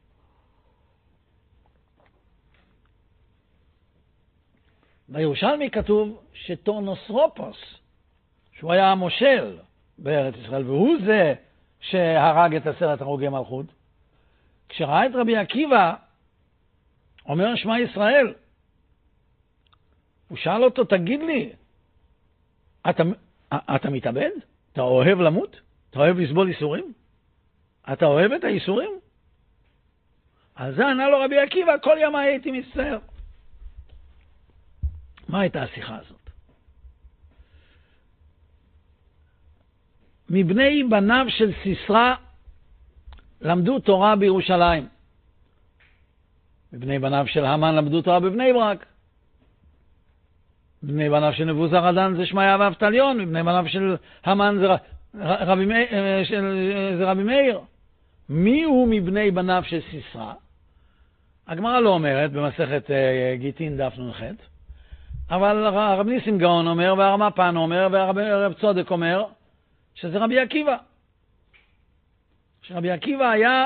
בירושלמי כתוב שטורנוסרופוס, שהוא היה המושל בארץ ישראל, והוא זה שהרג את 10 הרוגי מלכות, כשראה את רבי עקיבא אומר שמע ישראל, הוא שאל אותו, תגיד לי, אתה מתאבד? אתה אוהב למות? אתה אוהב לסבול איסורים? אתה אוהב את האיסורים? אז זה ענה לו רבי עקיבא, כל ימי הייתי מצטער. מה הייתה השיחה הזאת? מבני בניו של סיסרא למדו תורה בירושלים. מבני בניו של המן למדו תורה בבני ברק. מבני בניו של נבוזראדן זה שמעיה ואבטליון. מבני בניו של המן זה רבי מאיר. מי הוא מבני בניו של סיסרא? הגמרא לא אומרת במסכת גיטין דף נ"ח, אבל רב ניסים גאון אומר, והרמפ"ן אומר, והרב צודק אומר, שזה רבי עקיבא. שרבי עקיבא היה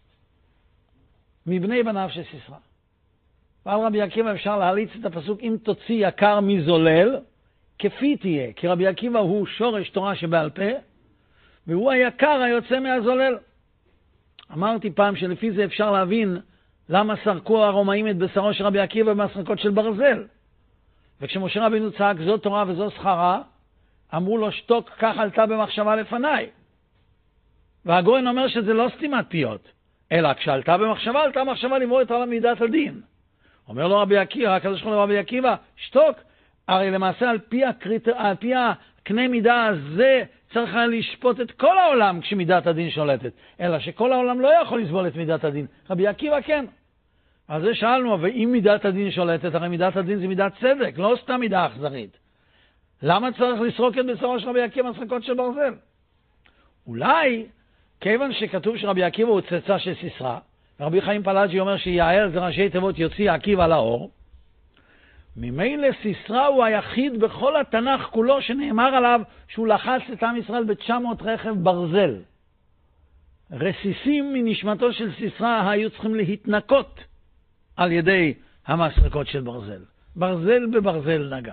מבני בניו של סיסרא. ועל רבי עקיבא אפשר להליץ את הפסוק, אם תוציא יקר מזולל, כפי תהיה. כי רבי עקיבא הוא שורש תורה שבעל פה, והוא היקר היוצא מהזולל. אמרתי פעם שלפי זה אפשר להבין למה סרקו הרומאים את בשרו של רבי עקיבא במסרקות של ברזל. וכשמשה רבינו צעק זו תורה וזו שכרה, אמרו לו שתוק, כך עלתה במחשבה לפניי. והגורן אומר שזה לא סתימת פיות, אלא כשעלתה במחשבה, עלתה מחשבה למרוא את עולם מידת הדין. אומר לו רבי עקיבא, הקדוש ברוך הוא לרבי עקיבא, שתוק, הרי למעשה על פי הקנה מידה הזה צריך לשפוט את כל העולם כשמידת הדין שולטת, אלא שכל העולם לא יכול לסבול את מידת הדין. רבי עקיבא כן. אז זה שאלנו, ואם מידת הדין שולטת, הרי מידת הדין זה מידת צדק, לא סתם מידה אכזרית. למה צריך לסרוק את בשרו של רבי עקיבא מסרקות של ברזל? אולי, כיוון שכתוב שרבי עקיבא הוא צאצא של סיסרא, רבי חיים פלאג'י אומר שיעל זה ראשי תיבות יוציא עקיבא לאור, ממילא סיסרא הוא היחיד בכל התנ"ך כולו שנאמר עליו שהוא לחץ את עם ישראל ב-900 רכב ברזל. רסיסים מנשמתו של סיסרא היו צריכים להתנקות על ידי המסרקות של ברזל. ברזל בברזל נגע.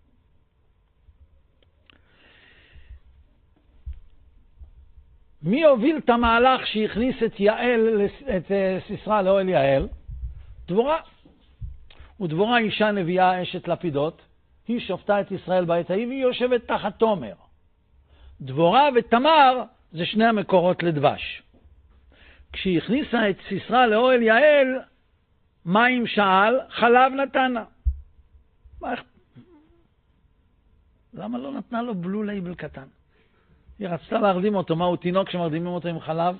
מי הוביל את המהלך שהכניס את יעל, את סיסרא לאוהל יעל? דבורה. ודבורה אישה נביאה אשת לפידות, היא שופטה את ישראל בעת ההיא והיא יושבת תחת תומר. דבורה ותמר זה שני המקורות לדבש. כשהיא הכניסה את סיסרא לאוהל יעל, מים שאל, חלב נתנה. למה לא נתנה לו בלו לייבל קטן? היא רצתה להרדים אותו. מהו תינוק שמרדימים אותו עם חלב?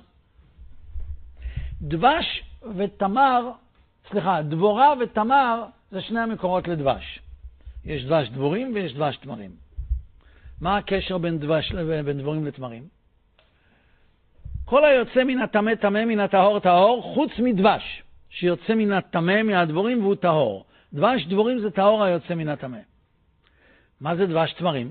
דבורה ותמר זה שני המקורות לדבש. יש דבש דבורים ויש דבש תמרים. מה הקשר בין דבורים לתמרים? כל היוצא מן הטמא טמא, מן הטהור טהור, חוץ מדבש, שיוצא מן הטמא מהדבורים והוא טהור. דבש דבורים זה טהור היוצא מן הטמא. מה זה דבש תמרים?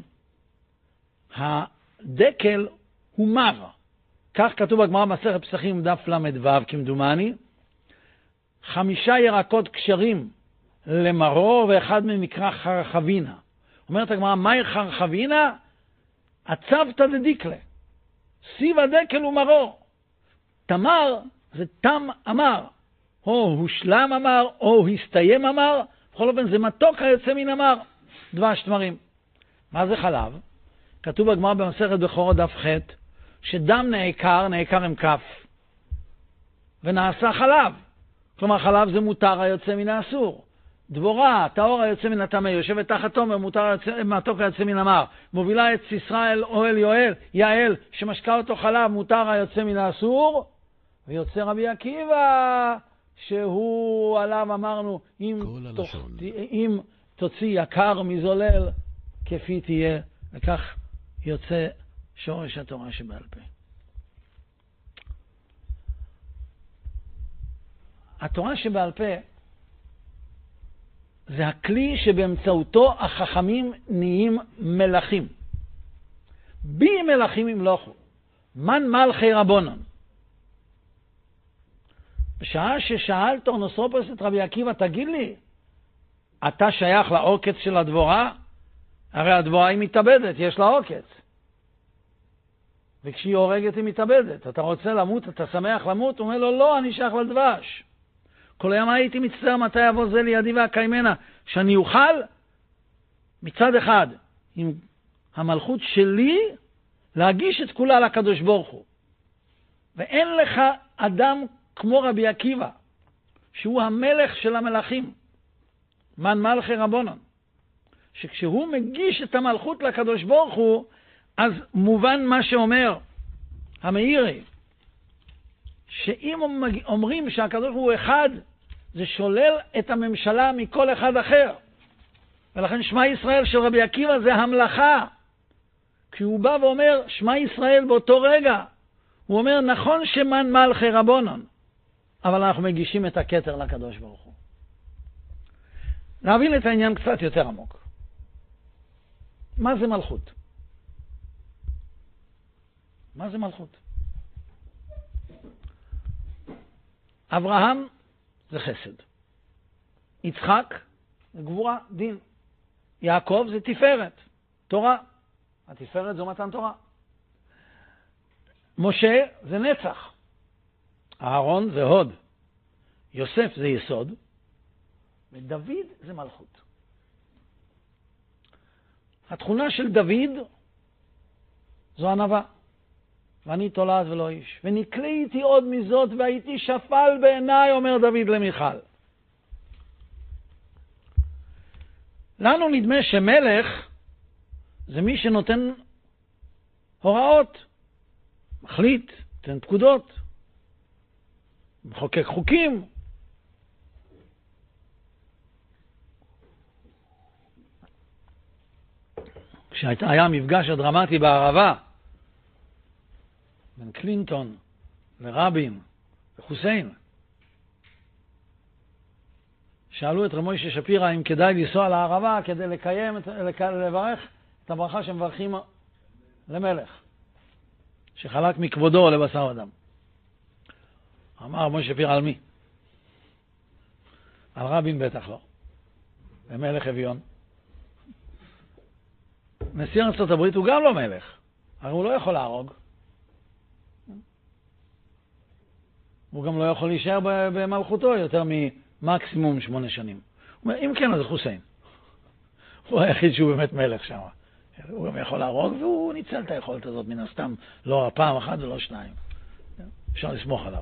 הדקל הוא מר. כך כתוב בגמרא מסכת פסחים דף ל"ו כמדומני, 5 ירקות כשרים למרו ואחד מהם נקרא חרחבינה. אומרת הגמרא, מהי חרחבינה? הצוותא דדיקלה. סיב הדקל הוא מרו. תמר זה תם אמר. או הושלם אמר, או הסתיים אמר. בכל אופן זה מתוק היוצא מן אמר. דבש תמרים. מה זה חלב? כתוב בגמרא במסכת בכורות דף ח' שדם נעקר, נעקר עם כף, ונעשה חלב. כלומר חלב זה מותר היוצא מן האסור. דבורה, טהור היוצא מן הטמא, יושבת תחת תומר, מתוק היוצא מן המר. מובילה את סיסרא אל אוהל יעל, שמשקה אותו חלב, מותר היוצא מן האסור. ויוצא רבי עקיבא, שהוא עליו אמרנו, אם תוציא יקר מזולל, כפי תהיה. וכך יוצא שורש התורה שבעל פה. התורה שבעל פה זה הכלי שבאמצעותו החכמים נהיים מלכים. בי מלכים ימלוכו, מן מלכי רבונן. בשעה ששאל טורנוסופוס את רבי עקיבא, תגיד לי, אתה שייך לעוקץ של הדבורה? הרי הדבורה היא מתאבדת, יש לה עוקץ. וכשהיא הורגת היא מתאבדת. אתה רוצה למות, אתה שמח למות? הוא אומר לו, לא, אני שייך לדבש. כל היום הייתי מצטער מתי יבוא זה לידי והקיימנה, שאני אוכל מצד אחד עם המלכות שלי להגיש את כולה לקדוש ברוך הוא. ואין לך אדם כמו רבי עקיבא, שהוא המלך של המלכים, מן מלכי רבונן, שכשהוא מגיש את המלכות לקדוש ברוך הוא, אז מובן מה שאומר המאירי, שאם אומרים שהקדוש ברוך הוא אחד, זה שולל את הממשלה מכל אחד אחר. ולכן שמע ישראל של רבי עקיבא זה המלאכה. כשהוא בא ואומר שמע ישראל באותו רגע, הוא אומר נכון שמן מלכי רבונן, אבל אנחנו מגישים את הכתר לקדוש ברוך הוא. להבין את העניין קצת יותר עמוק. מה זה מלכות? מה זה מלכות? אברהם זה חסד. יצחק זה גבורה, דין. יעקב זה תפארת, תורה. התפארת זו מתן תורה. משה זה נצח. אהרון זה הוד. יוסף זה יסוד. ודוד זה מלכות. התכונה של דוד זו ענווה. ואני תולד ולא איש. ונקליתי עוד מזאת והייתי שפל בעיניי, אומר דוד למיכל. לנו נדמה שמלך זה מי שנותן הוראות, מחליט, נותן פקודות, מחוקק חוקים. כשהיה מפגש הדרמטי בערבה, בין קלינטון לרבין וחוסיין, שאלו את רב משה שפירא אם כדאי לנסוע לערבה כדי לברך את הברכה שמברכים למלך שחלק מכבודו לבשר אדם. אמר רב משה שפירא, על מי? על רבין בטח לא, ומלך אביון. נשיא ארצות הברית הוא גם לא מלך, הרי הוא לא יכול להרוג, הוא גם לא יכול להישאר במלכותו יותר ממקסימום 8 שנים. הוא אומר, אם כן, אז חוסיין. הוא היחיד שהוא באמת מלך שם. הוא גם יכול להרוג, והוא ניצל את היכולת הזאת מן הסתם, לא פעם אחת ולא 2. אפשר לסמוך עליו.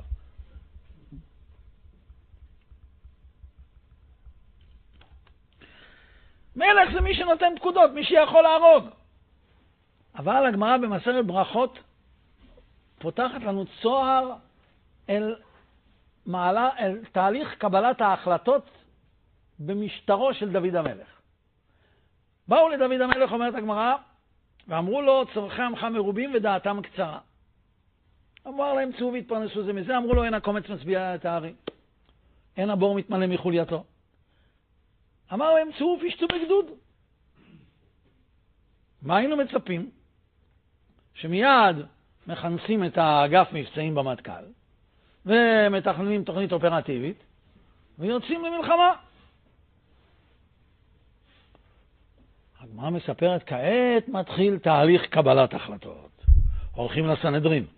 מלך זה מי שנותן פקודות, מי שיכול להרוג. אבל הגמרא במסכת ברכות פותחת לנו צוהר אל תהליך קבלת ההחלטות במשטרו של דוד המלך. באו לדוד המלך, אומרת הגמרא, ואמרו לו, צורכי עמך מרובים ודעתם קצרה. אמר להם, צאו והתפרנסו זה מזה. אמרו לו, אין הקומץ מצביע את הארי, אין הבור מתמלא מחולייתו. אמר להם, צאו ופשטו בגדוד. מה היינו מצפים? שמיד מכנסים את האגף מבצעים במטכ"ל, ומתכננים תוכנית אופרטיבית, ויוצאים למלחמה. הגמרא מספרת, כעת מתחיל תהליך קבלת החלטות. הולכים לסנהדרין.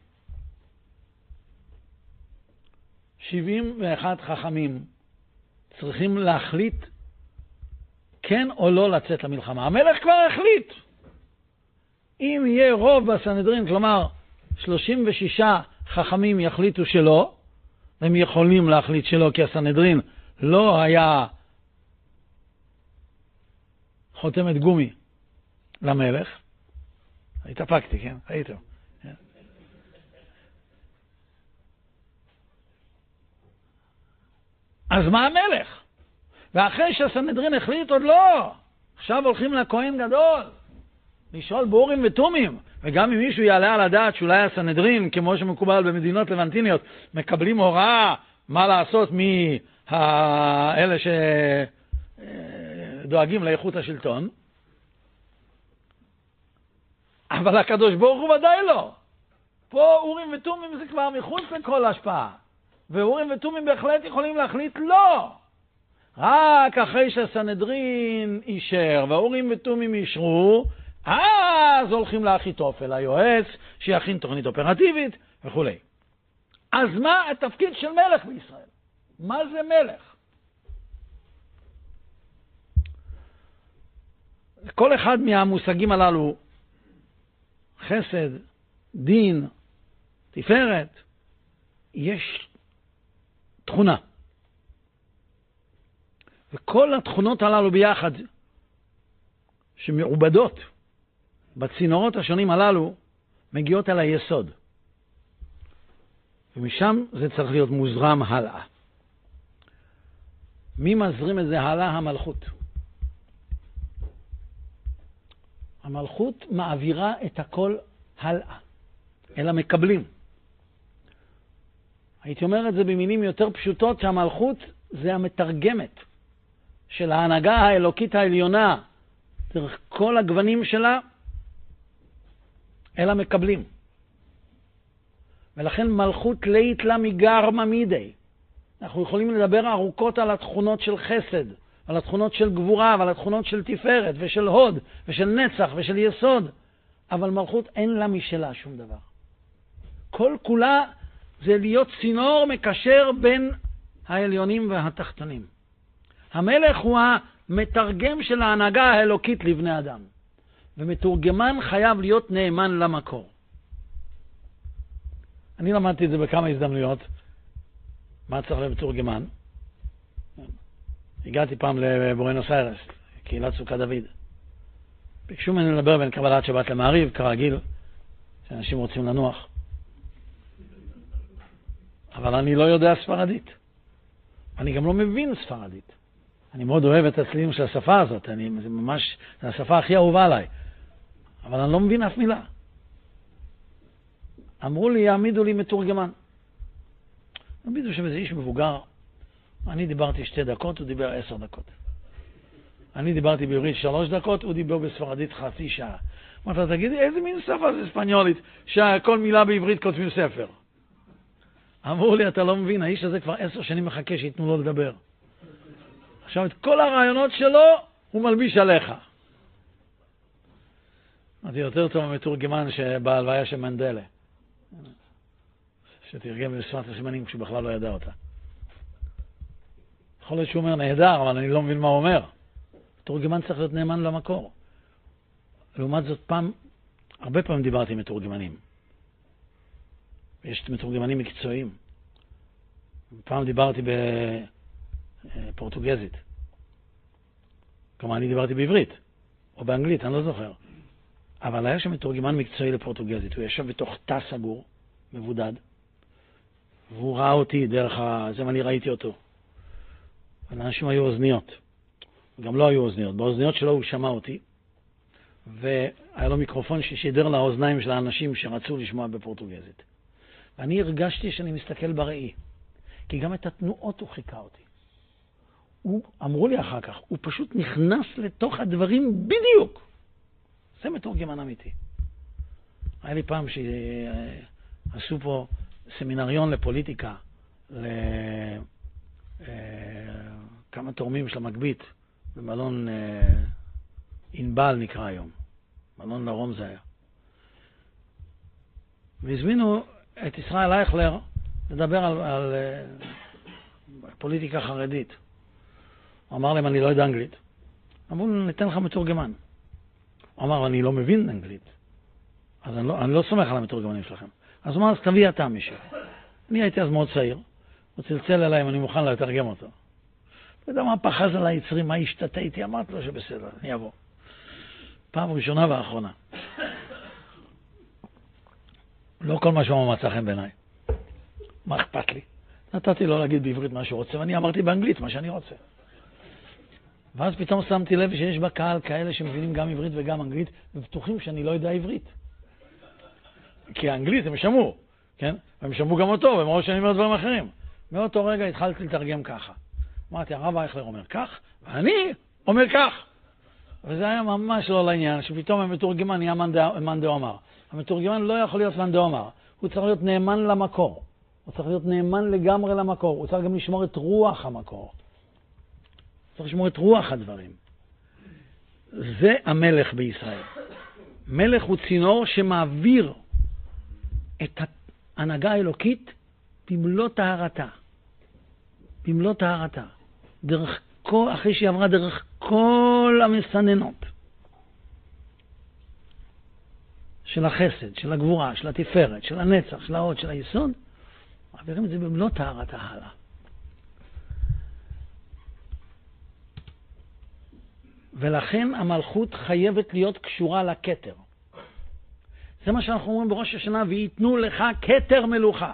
71 חכמים צריכים להחליט כן או לא לצאת למלחמה. המלך כבר החליט. אם יהיה רוב בסנהדרין, כלומר 36 חכמים יחליטו שלא, הם יכולים להחליט שלא, כי הסנהדרין לא היה חותמת גומי למלך. התאפקתי, כן? הייתם. אז מה המלך? ואחרי שהסנהדרין החליט עוד לא. עכשיו הולכים לכהן גדול, לשאול בורים ותומים. וגם אם מישהו יעלה על הדעת שאולי הסנהדרין, כמו שמקובל במדינות לבנטיניות, מקבלים הוראה מה לעשות מאלה שדואגים לאיכות השלטון, אבל הקדוש ברוך הוא ודאי לא. פה אורים ותומים זה כבר מחוץ לכל השפעה, ואורים ותומים בהחלט יכולים להחליט לא. רק אחרי שהסנהדרין אישר והאורים ותומים אישרו, אז הולכים לאחיתופל, היועץ, שיכין תוכנית אופרטיבית וכו'. אז מה התפקיד של מלך בישראל? מה זה מלך? כל אחד מהמושגים הללו, חסד, דין, תפארת, יש תכונה. וכל התכונות הללו ביחד, שמעובדות בצינורות השונים הללו, מגיעות אל היסוד. ומשם זה צריך להיות מוזרם הלאה. מי מזרים את זה הלאה? המלכות. המלכות מעבירה את הכל הלאה, אל המקבלים. הייתי אומר את זה במילים יותר פשוטות, שהמלכות זה המתרגמת של ההנהגה האלוקית העליונה, דרך כל הגוונים שלה, אל המקבלים. ולכן מלכות לית לה מגרמה מידי. אנחנו יכולים לדבר ארוכות על התכונות של חסד, על התכונות של גבורה, ועל התכונות של תפארת ושל הוד ושל נצח ושל יסוד. אבל מלכות אין לה משלה שום דבר. כל כולה זה להיות צינור מקשר בין העליונים והתחתונים. המלך הוא המתרגם של ההנהגה האלוקית לבני אדם. ומתורגמן חייב להיות נאמן למקור. אני למדתי את זה בכמה הזדמנויות. מה צריך למתורגמן? הגעתי פעם לבואנוס איירס, קהילת סוכה דוד. ביקשו ממני לדבר בין קבלת שבת למעריב, כרגיל, שאנשים רוצים לנוח. אבל אני לא יודע ספרדית. אני גם לא מבין ספרדית. אני מאוד אוהב את הצלילים של השפה הזאת. זה ממש, זה השפה הכי אהובה עליי. אבל אני לא מבין אף מילה. אמרו לי, יעמידו לי מתורגמן. יעמידו שבזה איש מבוגר. אני דיברתי 2 דקות, הוא דיבר 10 דקות. אני דיברתי בעברית 3 דקות, הוא דיבר בספרדית חצי שעה. אמרת, תגידי, איזה מין שפה זה ספניולית, שכל מילה בעברית כותבים ספר? אמרו לי, אתה לא מבין, האיש הזה כבר 10 שנים מחכה שיתנו לו לדבר. עכשיו, את כל הרעיונות שלו הוא מלביש עליך. אמרתי, יותר טוב המתורגמן שבהלוויה של מנדלה, שתרגם בשפת הסימנים כשהוא בכלל לא ידע אותה. יכול להיות שהוא אומר נהדר, אבל אני לא מבין מה הוא אומר. מתורגמן צריך להיות נאמן למקור. לעומת זאת, הרבה פעמים דיברתי עם מתורגמנים. יש מתורגמנים מקצועיים. פעם דיברתי בפורטוגזית. כלומר, אני דיברתי בעברית, או באנגלית, אני לא זוכר. אבל היה שם מתורגמן מקצועי לפורטוגזית. הוא ישב בתוך תא סגור, מבודד, והוא ראה אותי דרך זה, ואני ראיתי אותו. לאנשים היו אוזניות. גם לא היו אוזניות. באוזניות שלו הוא שמע אותי, והיה לו מיקרופון ששידר לאוזניים של האנשים שרצו לשמוע בפורטוגזית. ואני הרגשתי שאני מסתכל בראי, כי גם את התנועות הוא חיכה אותי. אמרו לי אחר כך, הוא פשוט נכנס לתוך הדברים בדיוק. זה מתורגמן אמיתי. היה לי פעם שעשו פה סמינריון לפוליטיקה, כמה תורמים של המגבית, במלון אינבל נקרא היום. מלון לרום זה היה. והזמינו את ישראל אייכלר לדבר על פוליטיקה חרדית. הוא אמר להם, אני לא יודע אנגלית. אמרו, ניתן לך מתורגמן. הוא אמר, אני לא מבין אנגלית. אז אני לא סומך על המתורגמנים שלכם. אז הוא אמר, אז תביא אתה מישהו. אני הייתי אז מאוד צעיר. הוא צלצל אליי, אם אני מוכן לתרגם אותו. לא יודע מה פחז על היצרים, מה השתתה איתי, אמרת לו שבסדר, אני אבוא. פעם ראשונה ואחרונה. לא כל מה שהוא מצא חן בעיניי. מה אכפת לי? נתתי לו להגיד בעברית מה שהוא רוצה, ואני אמרתי באנגלית מה שאני רוצה. ואז פתאום שמתי לב שיש בקהל כאלה שמבינים גם עברית וגם אנגלית, ובטוחים שאני לא יודע עברית. כי האנגלית הם שמעו, כן? והם שמעו גם אותו, והם ראו שאני אומר דברים אחרים. מאותו רגע התחלתי לתרגם ככה. אמרתי, הרב אייכלר אומר כך, ואני אומר כך. וזה היה ממש לא לעניין, שפתאום המתורגמן נהיה מאן דאמר. המתורגמן לא יכול להיות מאן דאמר. הוא צריך להיות נאמן למקור. הוא צריך להיות נאמן לגמרי למקור. הוא צריך גם לשמור את רוח המקור. צריך לשמור את רוח הדברים. זה המלך בישראל. מלך הוא צינור שמעביר את ההנהגה האלוקית במלוא טהרתה. במלוא טהרתה. אחרי שהיא עברה דרך כל המסננות של החסד, של הגבורה, של התפארת, של הנצח, של ההוד, של היסוד, מעבירים את זה במלוא טהרתה הלאה. ולכן המלכות חייבת להיות קשורה לכתר. זה מה שאנחנו אומרים בראש השנה, ויתנו לך כתר מלוכה.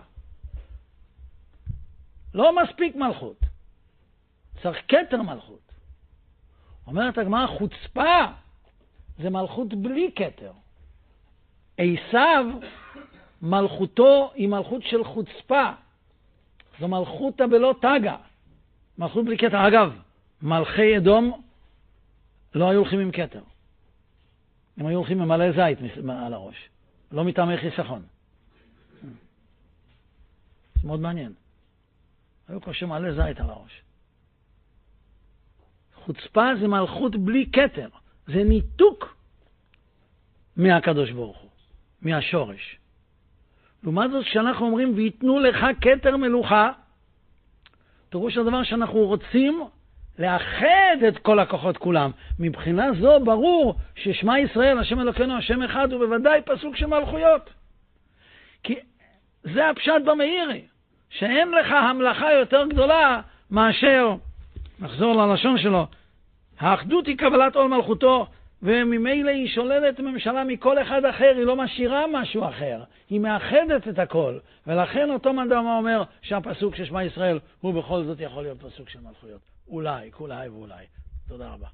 לא מספיק מלכות. צריך כתר מלכות. אומרת הגמרא, חוצפה זה מלכות בלי כתר. עשיו, מלכותו היא מלכות של חוצפה. זו מלכותא בלא תגא. מלכות בלי כתר. אגב, מלכי אדום לא היו הולכים עם כתר. הם היו הולכים עם מלא זית על הראש. לא מטעמי חיסכון. זה מאוד מעניין. היו קושרים מלא זית על הראש. חוצפה זה מלכות בלי כתר. זה ניתוק מהקדוש ברוך הוא. מהשורש. לעומת זאת, כשאנחנו אומרים, ויתנו לך כתר מלוכה, פירוש הדבר שאנחנו רוצים לאחד את כל הכוחות כולם. מבחינה זו ברור ששמה ישראל, השם אלוקינו, השם אחד, הוא בוודאי פסוק של מלכויות. כי זה הפשט במאירי, שאין לך המלאכה יותר גדולה מאשר, נחזור ללשון שלו, האחדות היא קבלת עול מלכותו, וממילא היא שוללת ממשלה מכל אחד אחר, היא לא משאירה משהו אחר, היא מאחדת את הכל, ולכן אותו מאן דאמר אומר שהפסוק ששמה ישראל הוא בכל זאת יכול להיות פסוק של מלכויות. אולי, כולי ואולי. תודה רבה.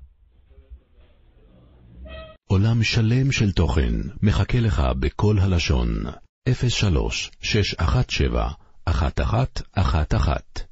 עולם שלם של תוכן מחכה לך בכל הלשון. 03-617-1111